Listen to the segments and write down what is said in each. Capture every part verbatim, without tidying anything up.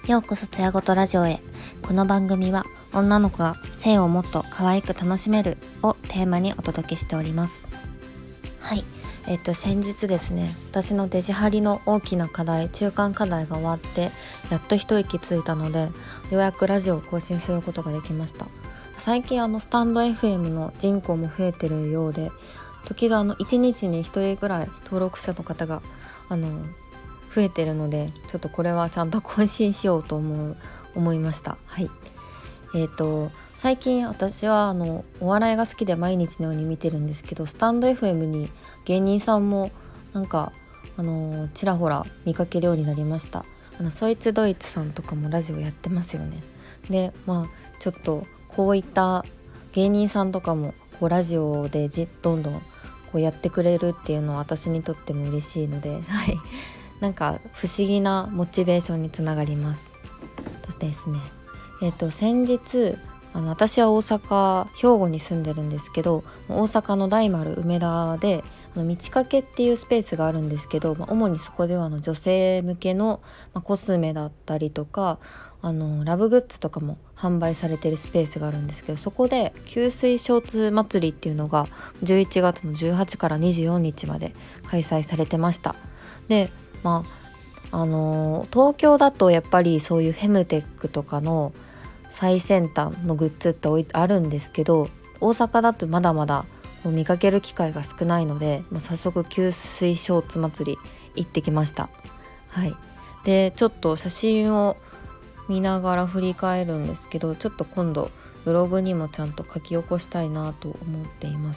ようこそつやごとラジオへ。この番組は女の子が性をもっと可愛く楽しめるをテーマにお届けしております。はい、えっと先日ですね、私のデジハリの大きな課題、中間課題が終わってやっと一息ついたので、ようやくラジオを更新することができました。最近あのスタンド エフエム の人口も増えてるようで、時々あのいちにちにひとりぐらい登録者の方があの増えてるので、ちょっとこれはちゃんと更新しようと思う思いました。はい。えーと最近私はあのお笑いが好きで毎日のように見てるんですけど、スタンド エフエム に芸人さんもなんかあのちらほら見かけるようになりました。あのそいつドイツさんとかもラジオやってますよね。でまあちょっとこういった芸人さんとかもこうラジオでじどんどんこうやってくれるっていうのは私にとっても嬉しいので、はい、なんか不思議なモチベーションにつながります。そしてですね、えっと先日あの私は大阪兵庫に住んでるんですけど、大阪の大丸梅田であの道かけっていうスペースがあるんですけど、まあ、主にそこではあの女性向けの、まあ、コスメだったりとかあのラブグッズとかも販売されているスペースがあるんですけど、そこで吸水ショーツ祭りっていうのがじゅういちがつのじゅうはちからにじゅうよっかまで開催されてました。でまああのー、東京だとやっぱりそういうフェムテックとかの最先端のグッズって置いてあるんですけど、大阪だとまだまだ見かける機会が少ないので、まあ、早速吸水ショーツ祭り行ってきました。はい。でちょっと写真を見ながら振り返るんですけど、ちょっと今度ブログにもちゃんと書き起こしたいなと思っています。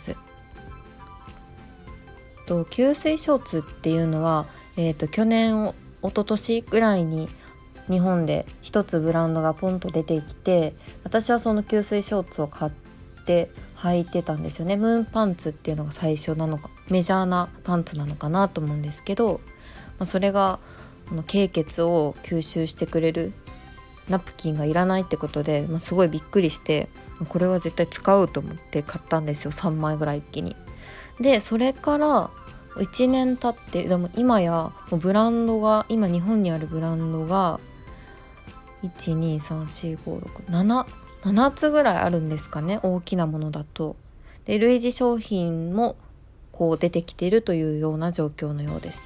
と吸水ショーツっていうのは、えー、と去年一昨年ぐらいに日本で一つブランドがポンと出てきて、私はその吸水ショーツを買って履いてたんですよね。ムーンパンツっていうのが最初なのか、メジャーなパンツなのかなと思うんですけど、まあ、それがあの経血を吸収してくれるナプキンがいらないってことで、まあ、すごいびっくりして、これは絶対使うと思って買ったんですよ。さんまいぐらい一気に。でそれからいちねん経って、でも今やもうブランドが、今日本にあるブランドがいちにさんしごろくなな ななつぐらいあるんですかね、大きなものだと。で類似商品もこう出てきているというような状況のようです。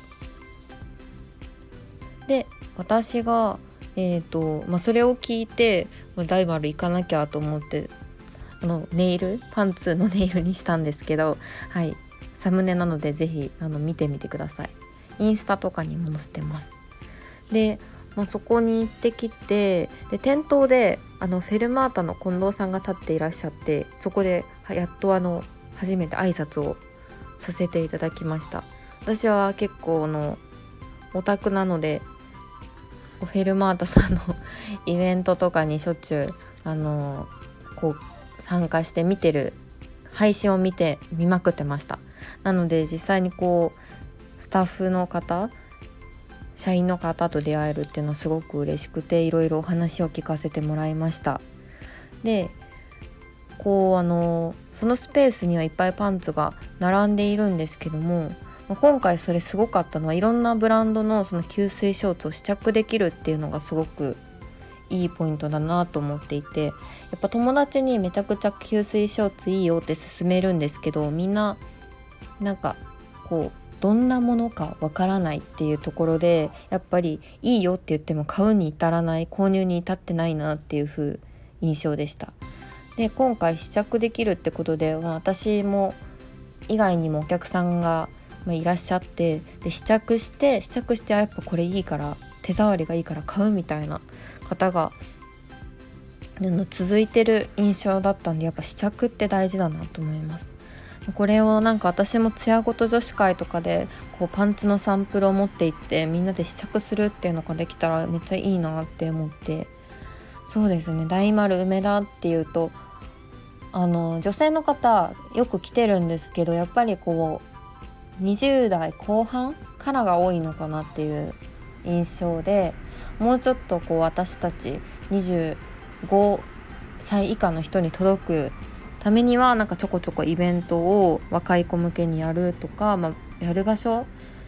で私がえーとまあ、それを聞いて大丸行かなきゃと思って、あのネイルパンツのネイルにしたんですけど、はい、サムネなのでぜひあの見てみてください。インスタとかにも載せてます。で、まあ、そこに行ってきて、で店頭であのフェルマータの近藤さんが立っていらっしゃって、そこでやっとあの初めて挨拶をさせていただきました。私は結構のオタクなので、フェルマータさんのイベントとかにしょっちゅうあのこう参加して見てる、配信を見て見まくってました。なので実際にこうスタッフの方、社員の方と出会えるっていうのはすごく嬉しくて、いろいろお話を聞かせてもらいました。でこうあのそのスペースにはいっぱいパンツが並んでいるんですけども、今回それすごかったのは、いろんなブランドのその吸水ショーツを試着できるっていうのがすごくいいポイントだなと思っていて、やっぱ友達にめちゃくちゃ吸水ショーツいいよって勧めるんですけど、みんななんかこうどんなものかわからないっていうところで、やっぱりいいよって言っても買うに至らない、購入に至ってないなっていう風印象でした。で今回試着できるってことで、まあ、私も以外にもお客さんがいらっしゃって、で試着して試着してあやっぱこれいいから手触りがいいから買うみたいな方が続いてる印象だったんで、やっぱ試着って大事だなと思います。これをなんか私もツヤごと女子会とかでこうパンツのサンプルを持って行ってみんなで試着するっていうのができたらめっちゃいいなって思って。そうですね、大丸梅田っていうとあの女性の方よく来てるんですけど、やっぱりこうにじゅう代後半からが多いのかなっていう印象で、もうちょっとこう私たちにじゅうごさい以下の人に届くためには、なんかちょこちょこイベントを若い子向けにやるとか、まあ、やる場所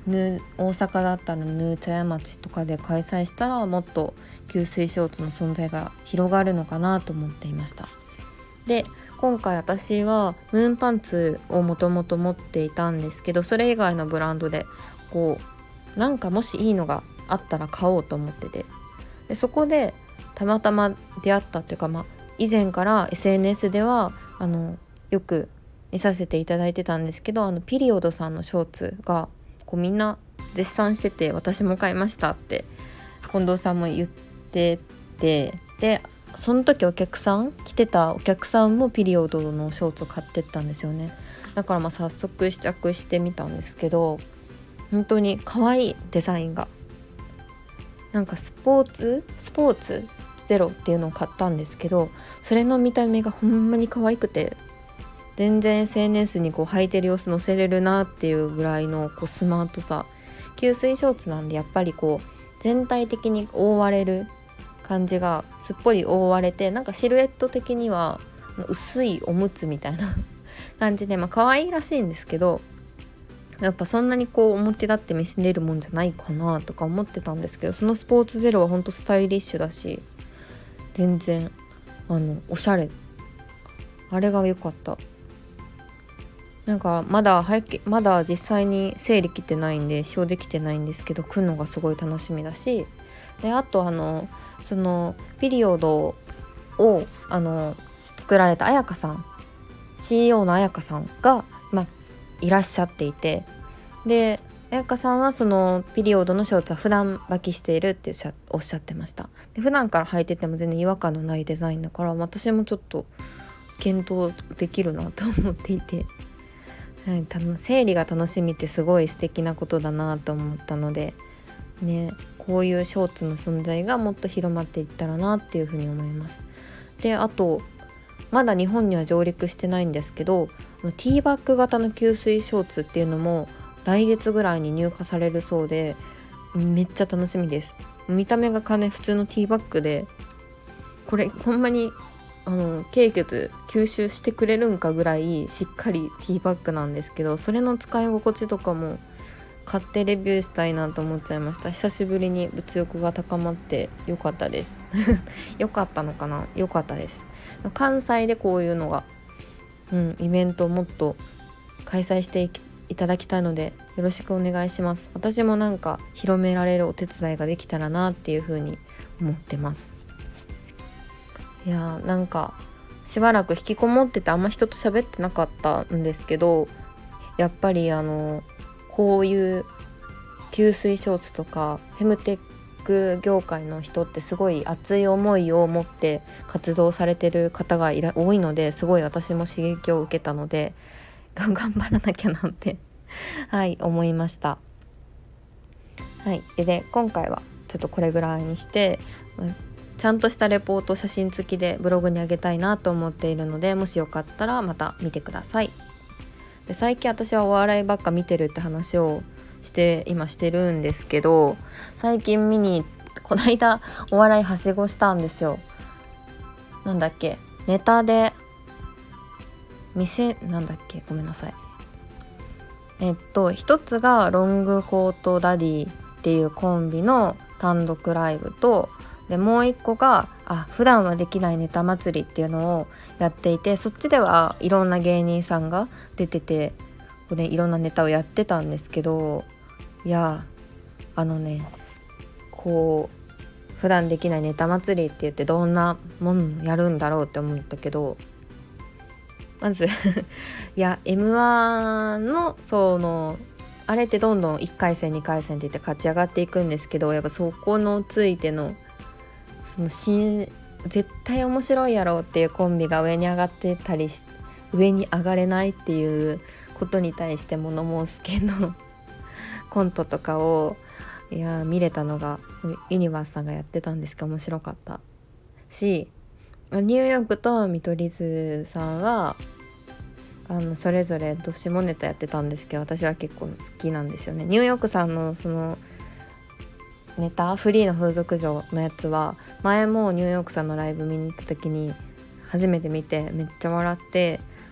ヌ大阪だったらヌー茶屋町とかで開催したらもっと吸水ショーツの存在が広がるのかなと思っていました。で今回私はムーンパンツをもともと持っていたんですけど、それ以外のブランドでこうなんかもしいいのがあったら買おうと思ってて、でそこでたまたま出会ったというか、まあ、以前から エスエヌエス ではあのよく見させていただいてたんですけど、あのピリオドさんのショーツがこうみんな絶賛してて、私も買いましたって近藤さんも言ってて、でその時お客さん来てたお客さんもピリオドのショーツを買ってったんですよね。だからまあ早速試着してみたんですけど、本当に可愛いデザインが、なんかスポーツスポーツゼロっていうのを買ったんですけど、それの見た目がほんまに可愛くて、全然 エスエヌエス にこう履いてる様子載せれるなっていうぐらいのこうスマートさ。吸水ショーツなんでやっぱりこう全体的に覆われる感じがすっぽり覆われて、なんかシルエット的には薄いおむつみたいな感じで、まあ可愛いらしいんですけど、やっぱそんなにこう表立って見せれるもんじゃないかなとか思ってたんですけど、そのスポーツゼロはほんとスタイリッシュだし、全然あのおしゃれ、あれが良かった。なんかまだ早けまだ実際に生理来てないんで使用できてないんですけど、来るのがすごい楽しみだし、であとあのそのピリオドをあの作られた彩香さん シーイーオー の彩香さんが、まあ、いらっしゃっていて、で彩香さんはそのピリオドのショーツは普段履きしているっておっしゃってました。で普段から履いてても全然違和感のないデザインだから、私もちょっと検討できるなと思っていて、はい、多分生理が楽しみってすごい素敵なことだなと思ったのでね、こういうショーツの存在がもっと広まっていったらなっていうふうに思います。であとまだ日本には上陸してないんですけど、ティーバッグ型の吸水ショーツっていうのも来月ぐらいに入荷されるそうで、めっちゃ楽しみです。見た目がかね普通のティーバッグで、これほんまにあの経血吸収してくれるんかぐらいしっかりティーバッグなんですけど、それの使い心地とかも買ってレビューしたいなと思っちゃいました。久しぶりに物欲が高まってよかったですよかったのかなよかったです。関西でこういうのが、うん、イベントをもっと開催していきいただきたいのでよろしくお願いします。私もなんか広められるお手伝いができたらなっていう風に思ってます。いやなんかしばらく引きこもっててあんま人と喋ってなかったんですけど、やっぱりあのこういう吸水ショーツとかフェムテック業界の人ってすごい熱い思いを持って活動されてる方がいら多いので、すごい私も刺激を受けたので頑張らなきゃなんてはい思いました。はい、で今回はちょっとこれぐらいにしてちゃんとしたレポート写真付きでブログに上げたいなと思っているので、もしよかったらまた見てください。で最近私はお笑いばっか見てるって話をして今してるんですけど、最近見にこの間お笑いはしごしたんですよ。なんだっけネタで店なんだっけごめんなさいえっと一つがロングコートダディっていうコンビの単独ライブと、でもう一個があ普段はできないネタ祭りっていうのをやっていて、そっちではいろんな芸人さんが出ててこう、ね、いろんなネタをやってたんですけど、いやあのねこう普段できないネタ祭りって言ってどんなもんやるんだろうって思ったけど、まずいや エムワン のそのあれってどんどんいっかい戦にかい戦って言って勝ち上がっていくんですけど、やっぱそこのついてのその新絶対面白いやろうっていうコンビが上に上がってたりし上に上がれないっていうことに対して物申す系のコントとかをいや見れたのがユニバースさんがやってたんですけど面白かったし、ニューヨークと見取り図さんはあのそれぞれどしもネタやってたんですけど、私は結構好きなんですよね。ニューヨークさんのそのネタフリーの風俗嬢のやつは前もニューヨークさんのライブ見に行った時に初めて見てめっちゃ笑って、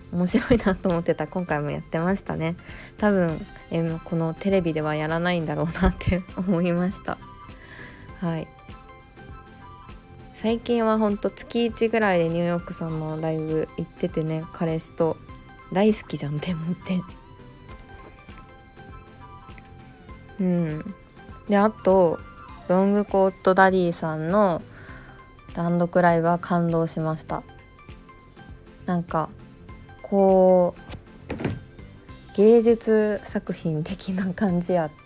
面白いなと思ってた今回もやってましたね。多分えーこのテレビではやらないんだろうなって思いました。はい、最近はほんと月いちぐらいでニューヨークさんのライブ行っててね、彼氏と大好きじゃんって思ってうんで、あとロングコートダディさんの単独ライブは感動しました。なんかこう芸術作品的な感じあって、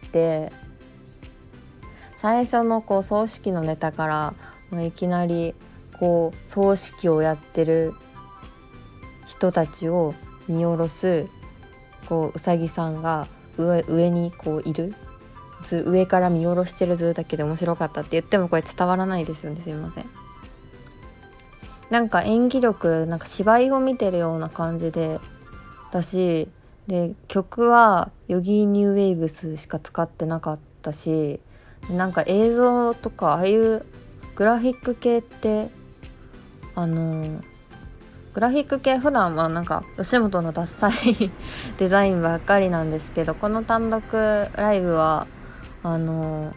最初のこう葬式のネタからもういきなりこう葬式をやってる人たちを見下ろすこううさぎさんが 上, 上にこういる図、上から見下ろしてる図だけで面白かったって言ってもこれ伝わらないですよね、すいません。なんか演技力、なんか芝居を見てるような感じでだし、で曲はヨギーニューウェイブスしか使ってなかったし、なんか映像とかああいうグラフィック系ってあのグラフィック系普段はなんか吉本のダッサいデザインばっかりなんですけど、この単独ライブはあの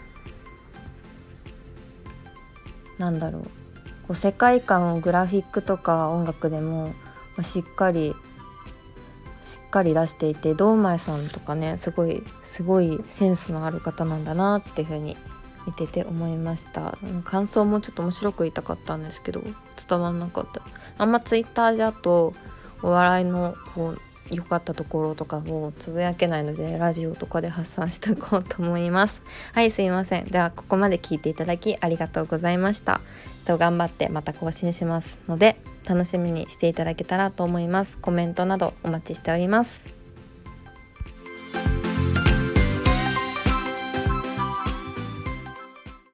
なんだろうこう世界観をグラフィックとか音楽でもしっかりしっかり出していて、堂前さんとかね、すごいすごいセンスのある方なんだなっていう風に見てて思いました。感想もちょっと面白く言いたかったんですけど伝わんなかった。あんまツイッターじゃとお笑いのこう良かったところとかをつぶやけないので、ラジオとかで発散していこうと思います。はい、すいません。ではここまで聞いていただきありがとうございました。と頑張ってまた更新しますので楽しみにしていただけたらと思います。コメントなどお待ちしております。